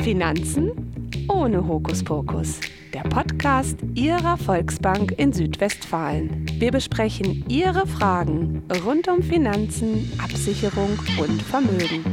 Finanzen ohne Hokuspokus. Der Podcast Ihrer Volksbank in Südwestfalen. Wir besprechen Ihre Fragen rund um Finanzen, Absicherung und Vermögen.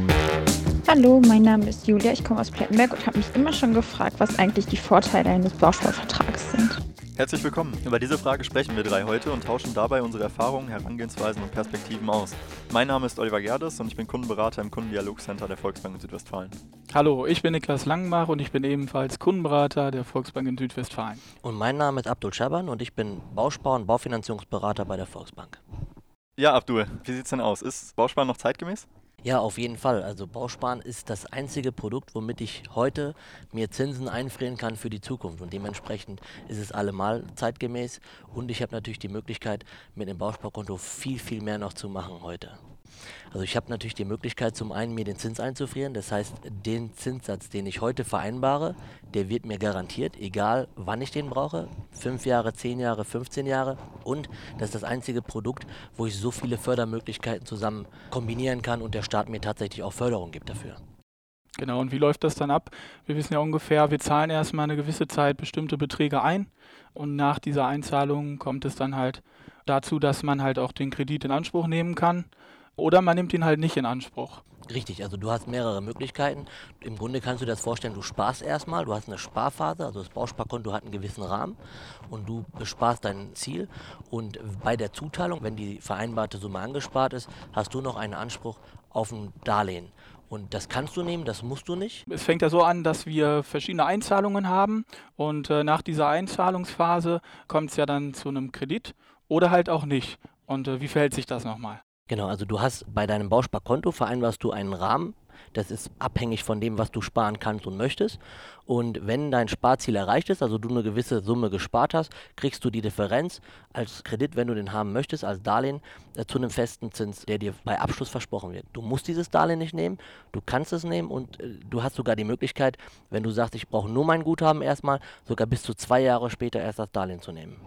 Hallo, mein Name ist Julia, ich komme aus Plettenberg und habe mich immer schon gefragt, was eigentlich die Vorteile eines Bausparvertrags sind. Herzlich willkommen. Über diese Frage sprechen wir drei heute und tauschen dabei unsere Erfahrungen, Herangehensweisen und Perspektiven aus. Mein Name ist Oliver Gerdes und ich bin Kundenberater im Kundendialogcenter der Volksbank in Südwestfalen. Hallo, ich bin Niklas Langenbach und ich bin ebenfalls Kundenberater der Volksbank in Südwestfalen. Und mein Name ist Abdul Schaban und ich bin Bauspar- und Baufinanzierungsberater bei der Volksbank. Ja, Abdul, wie sieht's denn aus? Ist Bausparen noch zeitgemäß? Ja, auf jeden Fall. Also Bausparen ist das einzige Produkt, womit ich heute mir Zinsen einfrieren kann für die Zukunft. Und dementsprechend ist es allemal zeitgemäß. Und ich habe natürlich die Möglichkeit, mit dem Bausparkonto viel mehr noch zu machen heute. Also ich habe natürlich die Möglichkeit, zum einen mir den Zins einzufrieren. Das heißt, den Zinssatz, den ich heute vereinbare, der wird mir garantiert, egal wann ich den brauche. 5 Jahre, 10 Jahre, 15 Jahre. Und das ist das einzige Produkt, wo ich so viele Fördermöglichkeiten zusammen kombinieren kann und der Staat mir tatsächlich auch Förderung gibt dafür. Genau, und wie läuft das dann ab? Wir wissen ja ungefähr, wir zahlen erstmal eine gewisse Zeit bestimmte Beträge ein und nach dieser Einzahlung kommt es dann halt dazu, dass man halt auch den Kredit in Anspruch nehmen kann oder man nimmt ihn halt nicht in Anspruch. Richtig, also du hast mehrere Möglichkeiten. Im Grunde kannst du dir das vorstellen, du sparst erstmal, du hast eine Sparphase, also das Bausparkonto hat einen gewissen Rahmen und du besparst dein Ziel und bei der Zuteilung, wenn die vereinbarte Summe angespart ist, hast du noch einen Anspruch auf ein Darlehen. Und das kannst du nehmen, das musst du nicht. Es fängt ja so an, dass wir verschiedene Einzahlungen haben und nach dieser Einzahlungsphase kommt es ja dann zu einem Kredit oder halt auch nicht. Und wie verhält sich das nochmal? Genau, also du hast bei deinem Bausparkonto vereinbarst du einen Rahmen. Das ist abhängig von dem, was du sparen kannst und möchtest. Und wenn dein Sparziel erreicht ist, also du eine gewisse Summe gespart hast, kriegst du die Differenz als Kredit, wenn du den haben möchtest, als Darlehen zu einem festen Zins, der dir bei Abschluss versprochen wird. Du musst dieses Darlehen nicht nehmen, du kannst es nehmen und du hast sogar die Möglichkeit, wenn du sagst, ich brauche nur mein Guthaben erstmal, sogar bis zu 2 Jahre später erst das Darlehen zu nehmen.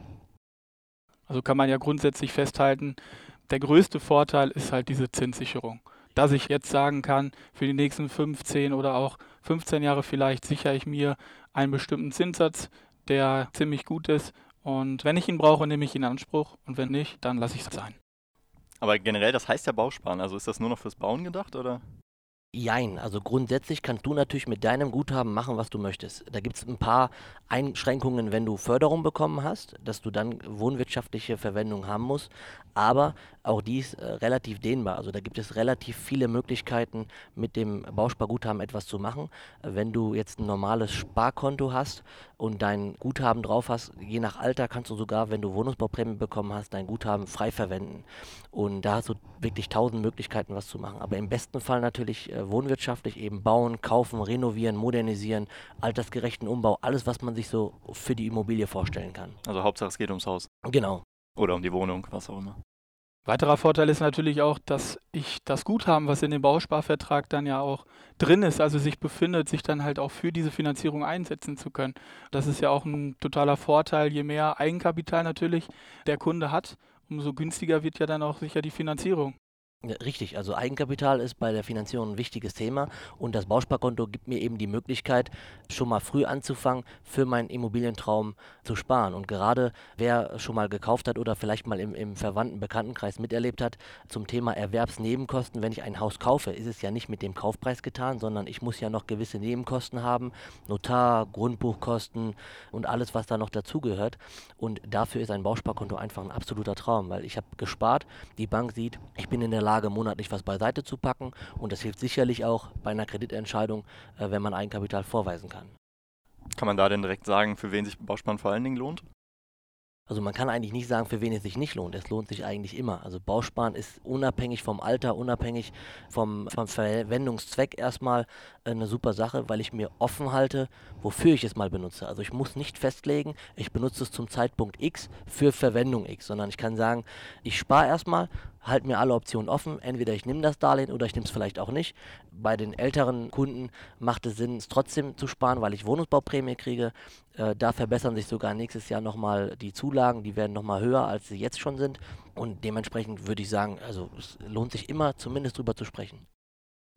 Also kann man ja grundsätzlich festhalten, der größte Vorteil ist halt diese Zinssicherung. Dass ich jetzt sagen kann, für die nächsten 15 oder auch 15 Jahre vielleicht sichere ich mir einen bestimmten Zinssatz, der ziemlich gut ist. Und wenn ich ihn brauche, nehme ich ihn in Anspruch. Und wenn nicht, dann lasse ich es sein. Aber generell, das heißt ja Bausparen. Also ist das nur noch fürs Bauen gedacht, oder? Jein, also grundsätzlich kannst du natürlich mit deinem Guthaben machen, was du möchtest. Da gibt es ein paar Einschränkungen, wenn du Förderung bekommen hast, dass du dann wohnwirtschaftliche Verwendung haben musst, aber auch die ist relativ dehnbar. Also da gibt es relativ viele Möglichkeiten, mit dem Bausparguthaben etwas zu machen. Wenn du jetzt ein normales Sparkonto hast und dein Guthaben drauf hast, je nach Alter kannst du sogar, wenn du Wohnungsbauprämie bekommen hast, dein Guthaben frei verwenden. Und da hast du wirklich 1000 Möglichkeiten, was zu machen. Aber im besten Fall natürlich wohnwirtschaftlich eben bauen, kaufen, renovieren, modernisieren, altersgerechten Umbau, alles, was man sich so für die Immobilie vorstellen kann. Also Hauptsache es geht ums Haus. Genau. Oder um die Wohnung, was auch immer. Weiterer Vorteil ist natürlich auch, dass ich das Guthaben, was in dem Bausparvertrag dann ja auch drin ist, also sich befindet, sich dann halt auch für diese Finanzierung einsetzen zu können. Das ist ja auch ein totaler Vorteil. Je mehr Eigenkapital natürlich der Kunde hat, umso günstiger wird ja dann auch sicher die Finanzierung. Ja, richtig, also Eigenkapital ist bei der Finanzierung ein wichtiges Thema und das Bausparkonto gibt mir eben die Möglichkeit, schon mal früh anzufangen, für meinen Immobilientraum zu sparen. Und gerade wer schon mal gekauft hat oder vielleicht mal im verwandten Bekanntenkreis miterlebt hat, zum Thema Erwerbsnebenkosten, wenn ich ein Haus kaufe, ist es ja nicht mit dem Kaufpreis getan, sondern ich muss ja noch gewisse Nebenkosten haben, Notar, Grundbuchkosten und alles, was da noch dazugehört. Und dafür ist ein Bausparkonto einfach ein absoluter Traum, weil ich habe gespart, die Bank sieht, ich bin in der Lage, monatlich was beiseite zu packen und das hilft sicherlich auch bei einer Kreditentscheidung, wenn man Eigenkapital vorweisen kann. Kann man da denn direkt sagen, für wen sich Bausparen vor allen Dingen lohnt? Also man kann eigentlich nicht sagen, für wen es sich nicht lohnt. Es lohnt sich eigentlich immer. Also Bausparen ist unabhängig vom Alter, unabhängig vom Verwendungszweck erstmal eine super Sache, weil ich mir offen halte, wofür ich es mal benutze. Also ich muss nicht festlegen, ich benutze es zum Zeitpunkt X für Verwendung X, sondern ich kann sagen, ich spare erstmal, halte mir alle Optionen offen. Entweder ich nehme das Darlehen oder ich nehme es vielleicht auch nicht. Bei den älteren Kunden macht es Sinn, es trotzdem zu sparen, weil ich Wohnungsbauprämie kriege. Da verbessern sich sogar nächstes Jahr nochmal die Zulagen. Die werden nochmal höher, als sie jetzt schon sind. Und dementsprechend würde ich sagen, also es lohnt sich immer, zumindest drüber zu sprechen.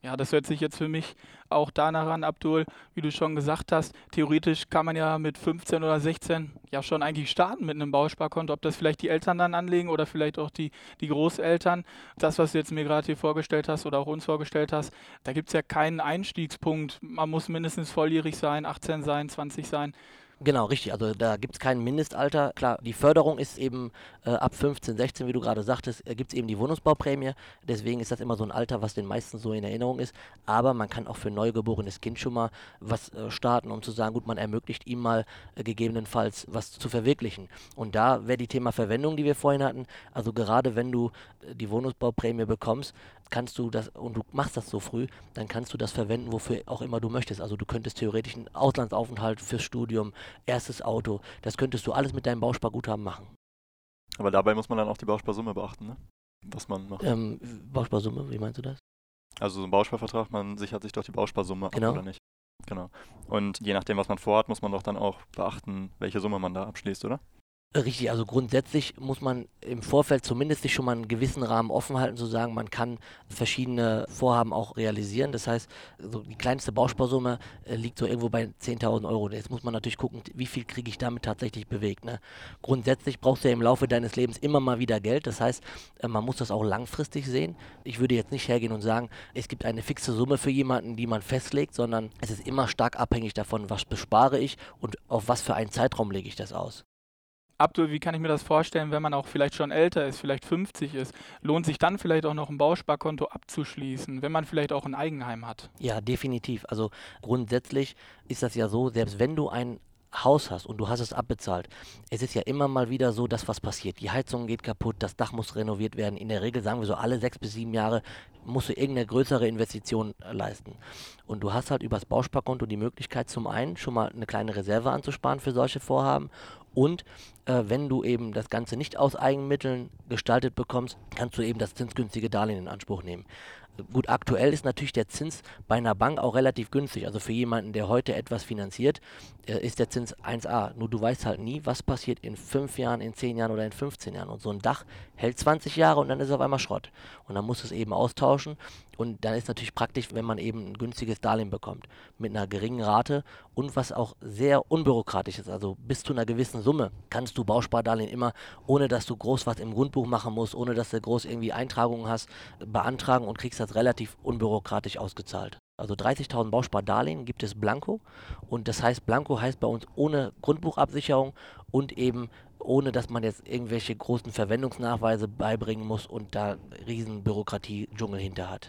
Ja, das hört sich jetzt für mich auch danach an, Abdul, wie du schon gesagt hast, theoretisch kann man ja mit 15 oder 16 ja schon eigentlich starten mit einem Bausparkonto, ob das vielleicht die Eltern dann anlegen oder vielleicht auch die Großeltern. Das, was du jetzt mir gerade hier vorgestellt hast oder auch uns vorgestellt hast, da gibt es ja keinen Einstiegspunkt. Man muss mindestens volljährig sein, 18 sein, 20 sein. Genau, richtig. Also da gibt es kein Mindestalter. Klar, die Förderung ist eben ab 15, 16, wie du gerade sagtest, gibt es eben die Wohnungsbauprämie. Deswegen ist das immer so ein Alter, was den meisten so in Erinnerung ist. Aber man kann auch für ein neugeborenes Kind schon mal was starten, um zu sagen, gut, man ermöglicht ihm mal gegebenenfalls was zu verwirklichen. Und da wäre die Thema Verwendung, die wir vorhin hatten. Also gerade wenn du die Wohnungsbauprämie bekommst, kannst du das, und du machst das so früh, dann kannst du das verwenden, wofür auch immer du möchtest. Also du könntest theoretisch einen Auslandsaufenthalt fürs Studium, erstes Auto, das könntest du alles mit deinem Bausparguthaben machen. Aber dabei muss man dann auch die Bausparsumme beachten, ne? Was man macht. Bausparsumme, wie meinst du das? Also so ein Bausparvertrag, man sichert sich doch die Bausparsumme ab, oder nicht? Genau. Und je nachdem, was man vorhat, muss man doch dann auch beachten, welche Summe man da abschließt, oder? Richtig, also grundsätzlich muss man im Vorfeld zumindest sich schon mal einen gewissen Rahmen offen halten, zu sagen, man kann verschiedene Vorhaben auch realisieren. Das heißt, so die kleinste Bausparsumme liegt so irgendwo bei 10.000 Euro. Jetzt muss man natürlich gucken, wie viel kriege ich damit tatsächlich bewegt. Ne? Grundsätzlich brauchst du ja im Laufe deines Lebens immer mal wieder Geld. Das heißt, man muss das auch langfristig sehen. Ich würde jetzt nicht hergehen und sagen, es gibt eine fixe Summe für jemanden, die man festlegt, sondern es ist immer stark abhängig davon, was bespare ich und auf was für einen Zeitraum lege ich das aus. Abdul, wie kann ich mir das vorstellen, wenn man auch vielleicht schon älter ist, vielleicht 50 ist? Lohnt sich dann vielleicht auch noch ein Bausparkonto abzuschließen, wenn man vielleicht auch ein Eigenheim hat? Ja, definitiv. Also grundsätzlich ist das ja so, selbst wenn du ein Haus hast und du hast es abbezahlt, es ist ja immer mal wieder so, dass was passiert. Die Heizung geht kaputt, das Dach muss renoviert werden. In der Regel sagen wir so, alle 6 bis 7 Jahre musst du irgendeine größere Investition leisten. Und du hast halt über das Bausparkonto die Möglichkeit, zum einen schon mal eine kleine Reserve anzusparen für solche Vorhaben. Und wenn du eben das Ganze nicht aus Eigenmitteln gestaltet bekommst, kannst du eben das zinsgünstige Darlehen in Anspruch nehmen. Gut, aktuell ist natürlich der Zins bei einer Bank auch relativ günstig. Also für jemanden, der heute etwas finanziert, ist der Zins 1A. Nur du weißt halt nie, was passiert in 5 Jahren, in 10 Jahren oder in 15 Jahren. Und so ein Dach hält 20 Jahre und dann ist es auf einmal Schrott. Und dann musst du es eben austauschen. Und dann ist natürlich praktisch, wenn man eben ein günstiges Darlehen bekommt. Mit einer geringen Rate und was auch sehr unbürokratisch ist. Also bis zu einer gewissen Summe kannst du Bauspardarlehen immer, ohne dass du groß was im Grundbuch machen musst, ohne dass du groß irgendwie Eintragungen hast, beantragen und kriegst das relativ unbürokratisch ausgezahlt. Also 30.000 Bauspardarlehen gibt es blanko und das heißt, blanko heißt bei uns ohne Grundbuchabsicherung und eben ohne, dass man jetzt irgendwelche großen Verwendungsnachweise beibringen muss und da riesen Bürokratie-Dschungel hinter hat.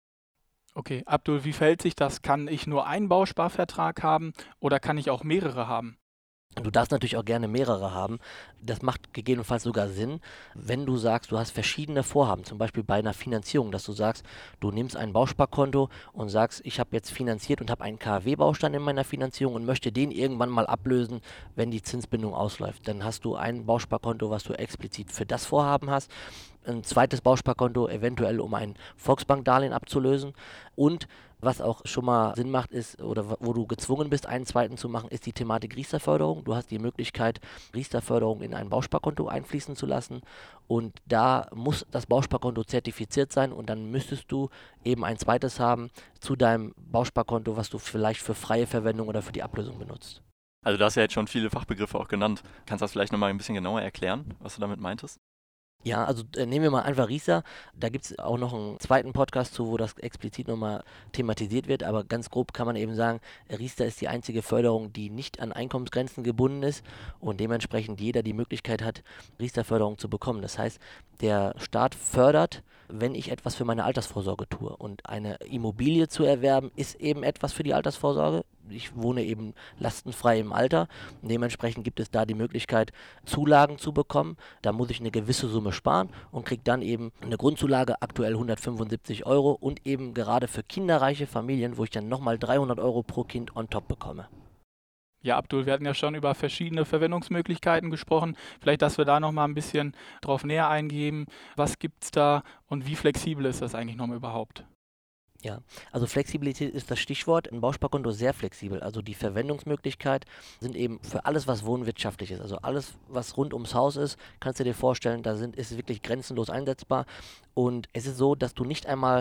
Okay, Abdul, wie verhält sich das? Kann ich nur einen Bausparvertrag haben oder kann ich auch mehrere haben? Du darfst natürlich auch gerne mehrere haben. Das macht gegebenenfalls sogar Sinn, wenn du sagst, du hast verschiedene Vorhaben, zum Beispiel bei einer Finanzierung, dass du sagst, du nimmst ein Bausparkonto und sagst, ich habe jetzt finanziert und habe einen KfW-Baustein in meiner Finanzierung und möchte den irgendwann mal ablösen, wenn die Zinsbindung ausläuft. Dann hast du ein Bausparkonto, was du explizit für das Vorhaben hast, ein zweites Bausparkonto eventuell, um ein Volksbankdarlehen abzulösen und was auch schon mal Sinn macht, ist, oder wo du gezwungen bist, einen zweiten zu machen, ist die Thematik Riester-Förderung. Du hast die Möglichkeit, Riester-Förderung in ein Bausparkonto einfließen zu lassen. Und da muss das Bausparkonto zertifiziert sein und dann müsstest du eben ein zweites haben zu deinem Bausparkonto, was du vielleicht für freie Verwendung oder für die Ablösung benutzt. Also du hast ja jetzt schon viele Fachbegriffe auch genannt. Kannst du das vielleicht nochmal ein bisschen genauer erklären, was du damit meintest? Ja, also nehmen wir mal einfach Riester. Da gibt es auch noch einen zweiten Podcast zu, wo das explizit nochmal thematisiert wird. Aber ganz grob kann man eben sagen, Riester ist die einzige Förderung, die nicht an Einkommensgrenzen gebunden ist und dementsprechend jeder die Möglichkeit hat, Riester-Förderung zu bekommen. Das heißt, der Staat fördert, wenn ich etwas für meine Altersvorsorge tue. Und eine Immobilie zu erwerben, ist eben etwas für die Altersvorsorge. Ich wohne eben lastenfrei im Alter. Dementsprechend gibt es da die Möglichkeit, Zulagen zu bekommen. Da muss ich eine gewisse Summe sparen und kriege dann eben eine Grundzulage, aktuell 175 Euro und eben gerade für kinderreiche Familien, wo ich dann nochmal 300 Euro pro Kind on top bekomme. Ja, Abdul, wir hatten ja schon über verschiedene Verwendungsmöglichkeiten gesprochen. Vielleicht, dass wir da noch mal ein bisschen drauf näher eingehen. Was gibt es da und wie flexibel ist das eigentlich nochmal überhaupt? Ja, also Flexibilität ist das Stichwort. Ein Bausparkonto ist sehr flexibel. Also die Verwendungsmöglichkeit sind eben für alles, was wohnwirtschaftlich ist. Also alles, was rund ums Haus ist, kannst du dir vorstellen, ist es wirklich grenzenlos einsetzbar. Und es ist so, dass du nicht einmal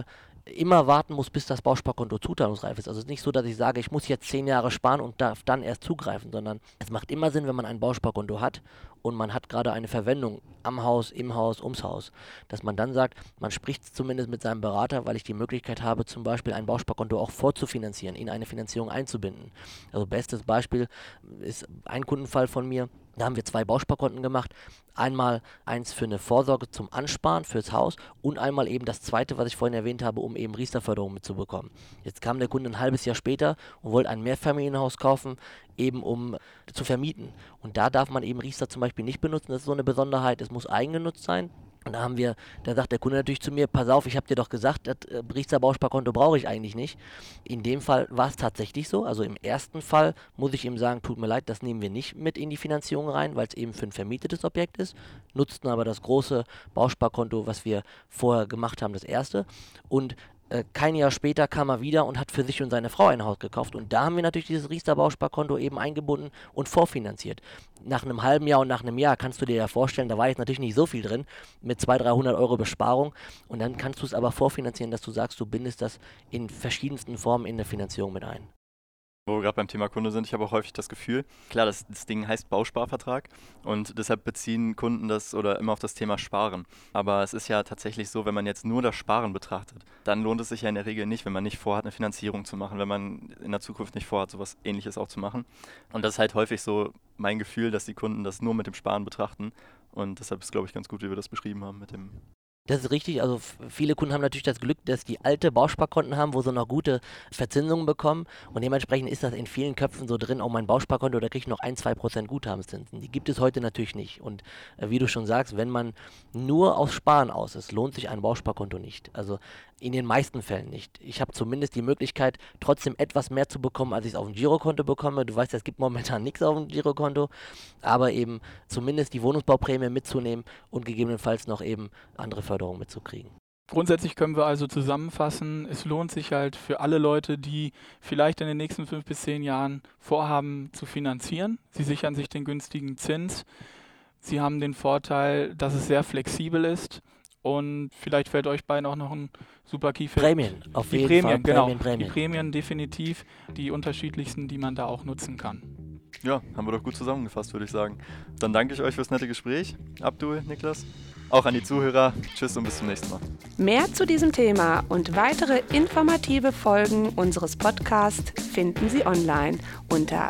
immer warten muss, bis das Bausparkonto zuteilungsreif ist. Also es ist nicht so, dass ich sage, ich muss jetzt 10 Jahre sparen und darf dann erst zugreifen, sondern es macht immer Sinn, wenn man ein Bausparkonto hat und man hat gerade eine Verwendung am Haus, im Haus, ums Haus, dass man dann sagt, man spricht zumindest mit seinem Berater, weil ich die Möglichkeit habe, zum Beispiel ein Bausparkonto auch vorzufinanzieren, in eine Finanzierung einzubinden. Also bestes Beispiel ist ein Kundenfall von mir. Da haben wir 2 Bausparkonten gemacht. Einmal eins für eine Vorsorge zum Ansparen fürs Haus und einmal eben das zweite, was ich vorhin erwähnt habe, um eben Riester-Förderung mitzubekommen. Jetzt kam der Kunde ein halbes Jahr später und wollte ein Mehrfamilienhaus kaufen, eben um zu vermieten. Und da darf man eben Riester zum Beispiel nicht benutzen. Das ist so eine Besonderheit. Es muss eigengenutzt sein. Und da sagt der Kunde natürlich zu mir, pass auf, ich habe dir doch gesagt, das Riester Bausparkonto brauche ich eigentlich nicht. In dem Fall war es tatsächlich so. Also im ersten Fall muss ich ihm sagen, tut mir leid, das nehmen wir nicht mit in die Finanzierung rein, weil es eben für ein vermietetes Objekt ist. Nutzten aber das große Bausparkonto, was wir vorher gemacht haben, das erste. Und kein Jahr später kam er wieder und hat für sich und seine Frau ein Haus gekauft. Und da haben wir natürlich dieses Riester Bausparkonto eben eingebunden und vorfinanziert. Nach einem halben Jahr und nach einem Jahr kannst du dir ja vorstellen, da war jetzt natürlich nicht so viel drin, mit 200-300 Euro Besparung. Und dann kannst du es aber vorfinanzieren, dass du sagst, du bindest das in verschiedensten Formen in eine Finanzierung mit ein. Wo wir gerade beim Thema Kunde sind, ich habe auch häufig das Gefühl, klar, das Ding heißt Bausparvertrag und deshalb beziehen Kunden das oder immer auf das Thema Sparen. Aber es ist ja tatsächlich so, wenn man jetzt nur das Sparen betrachtet, dann lohnt es sich ja in der Regel nicht, wenn man nicht vorhat, eine Finanzierung zu machen, wenn man in der Zukunft nicht vorhat, sowas Ähnliches auch zu machen. Und das ist halt häufig so mein Gefühl, dass die Kunden das nur mit dem Sparen betrachten und deshalb ist, glaube ich, ganz gut, wie wir das beschrieben haben mit dem. Das ist richtig, also viele Kunden haben natürlich das Glück, dass die alte Bausparkonten haben, wo sie noch gute Verzinsungen bekommen und dementsprechend ist das in vielen Köpfen so drin, oh mein Bausparkonto, da kriege ich noch 1-2% Guthabenszinsen. Die gibt es heute natürlich nicht und wie du schon sagst, wenn man nur aufs Sparen aus ist, lohnt sich ein Bausparkonto nicht. Also in den meisten Fällen nicht. Ich habe zumindest die Möglichkeit, trotzdem etwas mehr zu bekommen, als ich es auf dem Girokonto bekomme. Du weißt, es gibt momentan nichts auf dem Girokonto, aber eben zumindest die Wohnungsbauprämie mitzunehmen und gegebenenfalls noch eben andere Förderungen mitzukriegen. Grundsätzlich können wir also zusammenfassen, es lohnt sich halt für alle Leute, die vielleicht in den nächsten 5 bis 10 Jahren vorhaben zu finanzieren. Sie sichern sich den günstigen Zins. Sie haben den Vorteil, dass es sehr flexibel ist. Und vielleicht fällt euch beiden auch noch ein super Key für Prämien, auf jeden Fall. Genau. Prämien. Die Prämien definitiv, die unterschiedlichsten, die man da auch nutzen kann. Ja, haben wir doch gut zusammengefasst, würde ich sagen. Dann danke ich euch fürs nette Gespräch. Abdul, Niklas. Auch an die Zuhörer. Tschüss und bis zum nächsten Mal. Mehr zu diesem Thema und weitere informative Folgen unseres Podcasts finden Sie online unter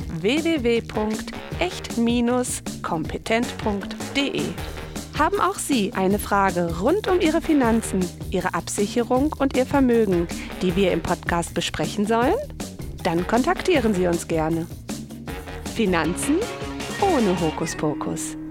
www.echt-kompetent.de. Haben auch Sie eine Frage rund um Ihre Finanzen, Ihre Absicherung und Ihr Vermögen, die wir im Podcast besprechen sollen? Dann kontaktieren Sie uns gerne. Finanzen ohne Hokuspokus.